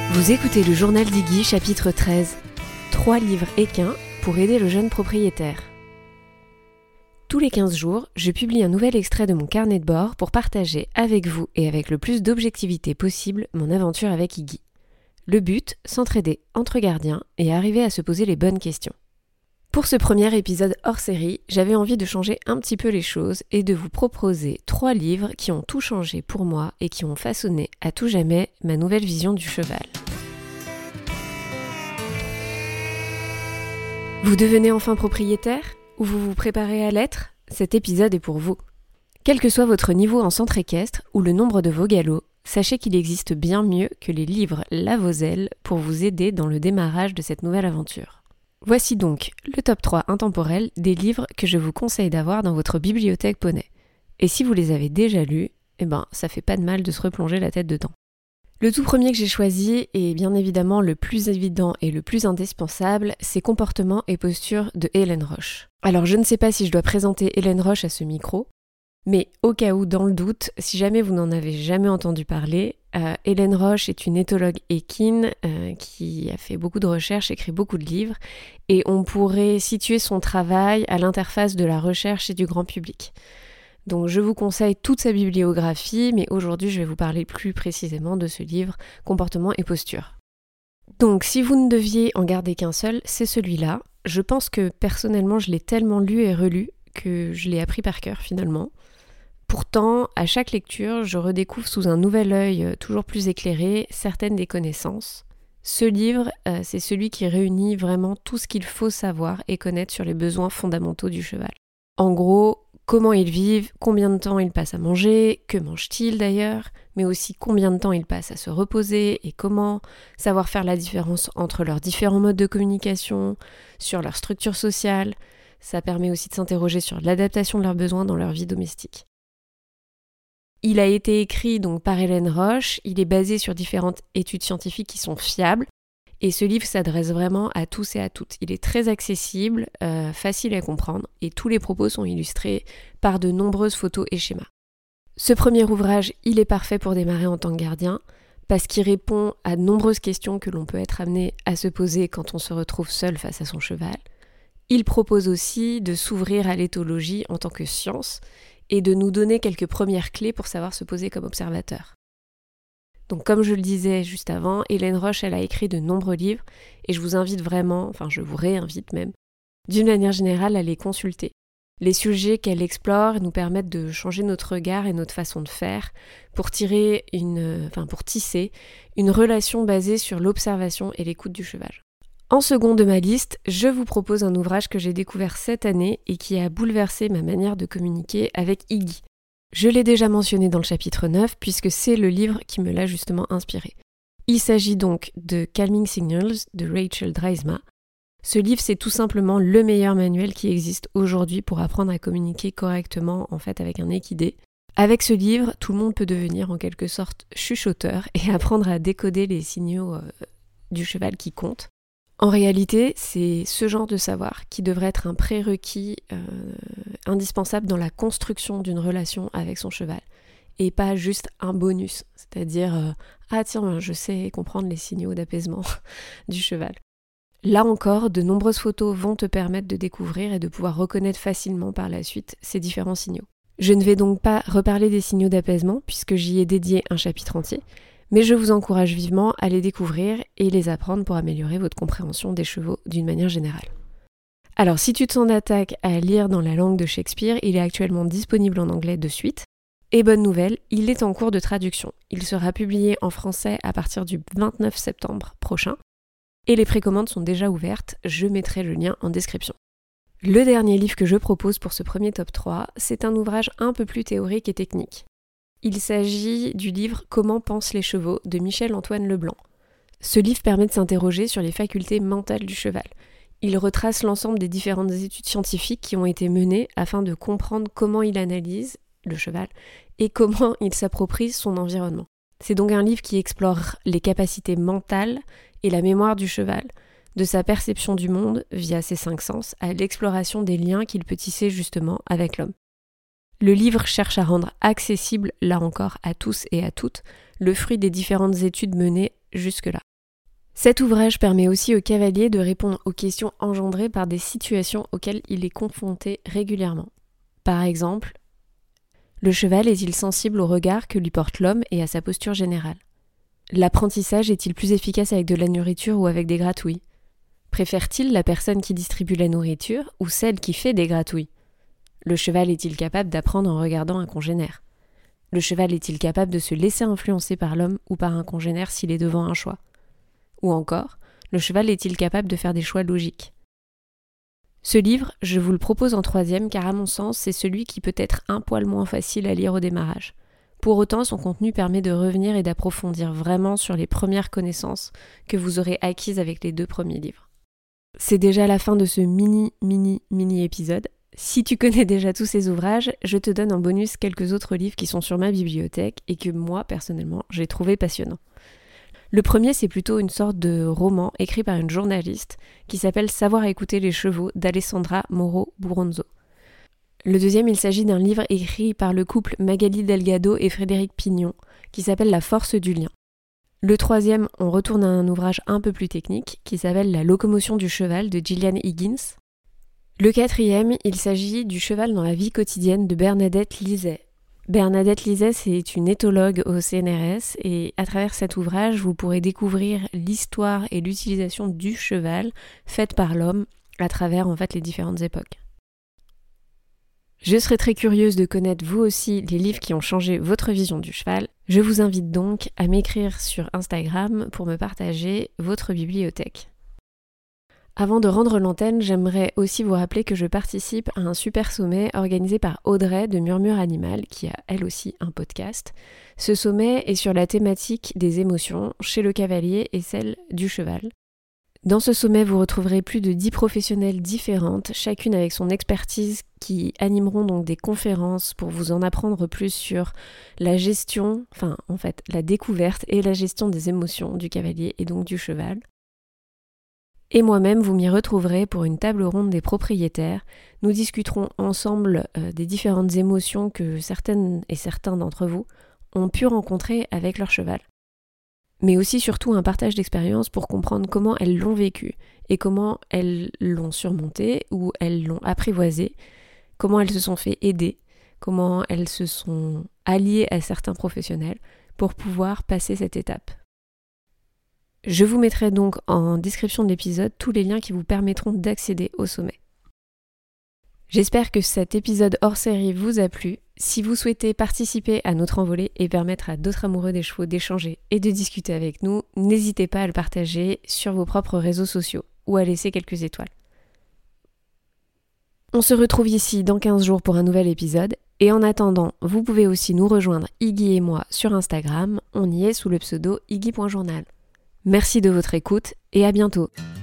Vous écoutez le journal d'Iggy, chapitre 13. 3 livres équins pour aider le jeune propriétaire. Tous les 15 jours, je publie un nouvel extrait de mon carnet de bord pour partager avec vous et avec le plus d'objectivité possible mon aventure avec Iggy. Le but, s'entraider entre gardiens et arriver à se poser les bonnes questions. Pour ce premier épisode hors série, j'avais envie de changer un petit peu les choses et de vous proposer 3 livres qui ont tout changé pour moi et qui ont façonné à tout jamais ma nouvelle vision du cheval. Vous devenez enfin propriétaire ? Ou vous vous préparez à l'être ? Cet épisode est pour vous. Quel que soit votre niveau en centre équestre ou le nombre de vos galops, sachez qu'il existe bien mieux que les livres Lavozelle pour vous aider dans le démarrage de cette nouvelle aventure. Voici donc le top 3 intemporel des livres que je vous conseille d'avoir dans votre bibliothèque poney. Et si vous les avez déjà lus, ça fait pas de mal de se replonger la tête dedans. Le tout premier que j'ai choisi, et bien évidemment le plus évident et le plus indispensable, c'est Comportement et posture de Hélène Roche. Alors je ne sais pas si je dois présenter Hélène Roche à ce micro, mais au cas où, dans le doute, si jamais vous n'en avez jamais entendu parler, Hélène Roche est une éthologue équine qui a fait beaucoup de recherches, écrit beaucoup de livres, et on pourrait situer son travail à l'interface de la recherche et du grand public. Donc je vous conseille toute sa bibliographie, mais aujourd'hui je vais vous parler plus précisément de ce livre, Comportement et posture. Donc si vous ne deviez en garder qu'un seul, c'est celui-là. Je pense que personnellement je l'ai tellement lu et relu que je l'ai appris par cœur finalement. Pourtant, à chaque lecture, je redécouvre sous un nouvel œil toujours plus éclairé certaines des connaissances. Ce livre, c'est celui qui réunit vraiment tout ce qu'il faut savoir et connaître sur les besoins fondamentaux du cheval. En gros, comment ils vivent, combien de temps ils passent à manger, que mangent-ils d'ailleurs, mais aussi combien de temps ils passent à se reposer et comment, savoir faire la différence entre leurs différents modes de communication, sur leur structure sociale. Ça permet aussi de s'interroger sur l'adaptation de leurs besoins dans leur vie domestique. Il a été écrit donc par Hélène Roche, il est basé sur différentes études scientifiques qui sont fiables et ce livre s'adresse vraiment à tous et à toutes. Il est très accessible, facile à comprendre et tous les propos sont illustrés par de nombreuses photos et schémas. Ce premier ouvrage, il est parfait pour démarrer en tant que gardien parce qu'il répond à de nombreuses questions que l'on peut être amené à se poser quand on se retrouve seul face à son cheval. Il propose aussi de s'ouvrir à l'éthologie en tant que science et de nous donner quelques premières clés pour savoir se poser comme observateur. Donc comme je le disais juste avant, Hélène Roche, elle a écrit de nombreux livres et je vous invite vraiment, je vous réinvite même, d'une manière générale à les consulter. Les sujets qu'elle explore nous permettent de changer notre regard et notre façon de faire pour tisser une relation basée sur l'observation et l'écoute du cheval. En second de ma liste, je vous propose un ouvrage que j'ai découvert cette année et qui a bouleversé ma manière de communiquer avec Iggy. Je l'ai déjà mentionné dans le chapitre 9 puisque c'est le livre qui me l'a justement inspiré. Il s'agit donc de Calming Signals de Rachel Drysma. Ce livre, c'est tout simplement le meilleur manuel qui existe aujourd'hui pour apprendre à communiquer correctement avec un équidé. Avec ce livre, tout le monde peut devenir en quelque sorte chuchoteur et apprendre à décoder les signaux du cheval qui comptent. En réalité, c'est ce genre de savoir qui devrait être un prérequis indispensable dans la construction d'une relation avec son cheval et pas juste un bonus, c'est-à-dire je sais comprendre les signaux d'apaisement du cheval. Là encore, de nombreuses photos vont te permettre de découvrir et de pouvoir reconnaître facilement par la suite ces différents signaux. Je ne vais donc pas reparler des signaux d'apaisement puisque j'y ai dédié un chapitre entier, mais je vous encourage vivement à les découvrir et les apprendre pour améliorer votre compréhension des chevaux d'une manière générale. Alors si tu te sens d'attaque à lire dans la langue de Shakespeare, il est actuellement disponible en anglais de suite. Et bonne nouvelle, il est en cours de traduction. Il sera publié en français à partir du 29 septembre prochain. Et les précommandes sont déjà ouvertes, je mettrai le lien en description. Le dernier livre que je propose pour ce premier top 3, c'est un ouvrage un peu plus théorique et technique. Il s'agit du livre Comment pensent les chevaux de Michel-Antoine Leblanc. Ce livre permet de s'interroger sur les facultés mentales du cheval. Il retrace l'ensemble des différentes études scientifiques qui ont été menées afin de comprendre comment il analyse le cheval et comment il s'approprie son environnement. C'est donc un livre qui explore les capacités mentales et la mémoire du cheval, de sa perception du monde via ses 5 sens à l'exploration des liens qu'il peut tisser justement avec l'homme. Le livre cherche à rendre accessible, là encore, à tous et à toutes, le fruit des différentes études menées jusque-là. Cet ouvrage permet aussi au cavalier de répondre aux questions engendrées par des situations auxquelles il est confronté régulièrement. Par exemple, le cheval est-il sensible au regard que lui porte l'homme et à sa posture générale ? L'apprentissage est-il plus efficace avec de la nourriture ou avec des gratouilles ? Préfère-t-il la personne qui distribue la nourriture ou celle qui fait des gratouilles ? Le cheval est-il capable d'apprendre en regardant un congénère ? Le cheval est-il capable de se laisser influencer par l'homme ou par un congénère s'il est devant un choix ? Ou encore, le cheval est-il capable de faire des choix logiques ? Ce livre, je vous le propose en 3e car à mon sens, c'est celui qui peut être un poil moins facile à lire au démarrage. Pour autant, son contenu permet de revenir et d'approfondir vraiment sur les premières connaissances que vous aurez acquises avec les 2 premiers livres. C'est déjà la fin de ce mini épisode. Si tu connais déjà tous ces ouvrages, je te donne en bonus quelques autres livres qui sont sur ma bibliothèque et que moi, personnellement, j'ai trouvé passionnants. Le premier, c'est plutôt une sorte de roman écrit par une journaliste qui s'appelle « Savoir écouter les chevaux » d'Alessandra Moro Buronzo. Le deuxième, il s'agit d'un livre écrit par le couple Magali Delgado et Frédéric Pignon qui s'appelle « La force du lien ». Le troisième, on retourne à un ouvrage un peu plus technique qui s'appelle « La locomotion du cheval » de Gillian Higgins. Le quatrième, il s'agit du cheval dans la vie quotidienne de Bernadette Lizet. Bernadette Lizet, c'est une éthologue au CNRS et à travers cet ouvrage, vous pourrez découvrir l'histoire et l'utilisation du cheval faite par l'homme à travers les différentes époques. Je serais très curieuse de connaître vous aussi les livres qui ont changé votre vision du cheval. Je vous invite donc à m'écrire sur Instagram pour me partager votre bibliothèque. Avant de rendre l'antenne, j'aimerais aussi vous rappeler que je participe à un super sommet organisé par Audrey de Murmure Animal, qui a elle aussi un podcast. Ce sommet est sur la thématique des émotions chez le cavalier et celle du cheval. Dans ce sommet, vous retrouverez plus de 10 professionnels différentes, chacune avec son expertise, qui animeront donc des conférences pour vous en apprendre plus sur la gestion, la découverte et la gestion des émotions du cavalier et donc du cheval. Et moi-même, vous m'y retrouverez pour une table ronde des propriétaires. Nous discuterons ensemble des différentes émotions que certaines et certains d'entre vous ont pu rencontrer avec leur cheval. Mais aussi surtout un partage d'expériences pour comprendre comment elles l'ont vécu et comment elles l'ont surmonté ou elles l'ont apprivoisé, comment elles se sont fait aider, comment elles se sont alliées à certains professionnels pour pouvoir passer cette étape. Je vous mettrai donc en description de l'épisode tous les liens qui vous permettront d'accéder au sommet. J'espère que cet épisode hors série vous a plu. Si vous souhaitez participer à notre envolée et permettre à d'autres amoureux des chevaux d'échanger et de discuter avec nous, n'hésitez pas à le partager sur vos propres réseaux sociaux ou à laisser quelques étoiles. On se retrouve ici dans 15 jours pour un nouvel épisode. Et en attendant, vous pouvez aussi nous rejoindre Iggy et moi sur Instagram. On y est sous le pseudo iggy.journal. Merci de votre écoute et à bientôt.